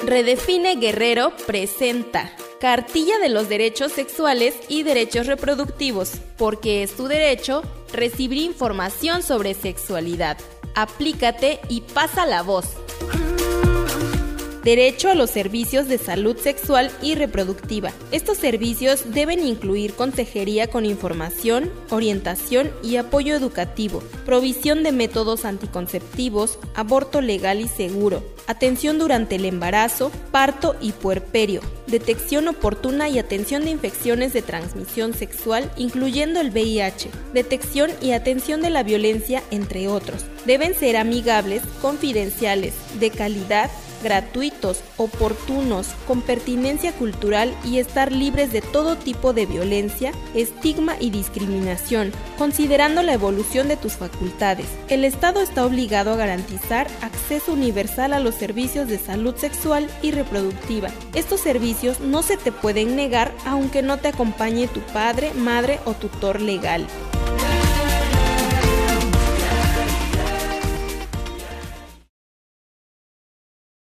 Redefine Guerrero presenta Cartilla de los Derechos Sexuales y Derechos Reproductivos, porque es tu derecho recibir información sobre sexualidad. Aplícate y pasa la voz. Derecho a los servicios de salud sexual y reproductiva. Estos servicios deben incluir consejería con información, orientación y apoyo educativo, provisión de métodos anticonceptivos, aborto legal y seguro, atención durante el embarazo, parto y puerperio, detección oportuna y atención de infecciones de transmisión sexual, incluyendo el VIH, detección y atención de la violencia, entre otros. Deben ser amigables, confidenciales, de calidad, gratuitos, oportunos, con pertinencia cultural y estar libres de todo tipo de violencia, estigma y discriminación, considerando la evolución de tus facultades. El Estado está obligado a garantizar acceso universal a los servicios de salud sexual y reproductiva. Estos servicios no se te pueden negar aunque no te acompañe tu padre, madre o tutor legal.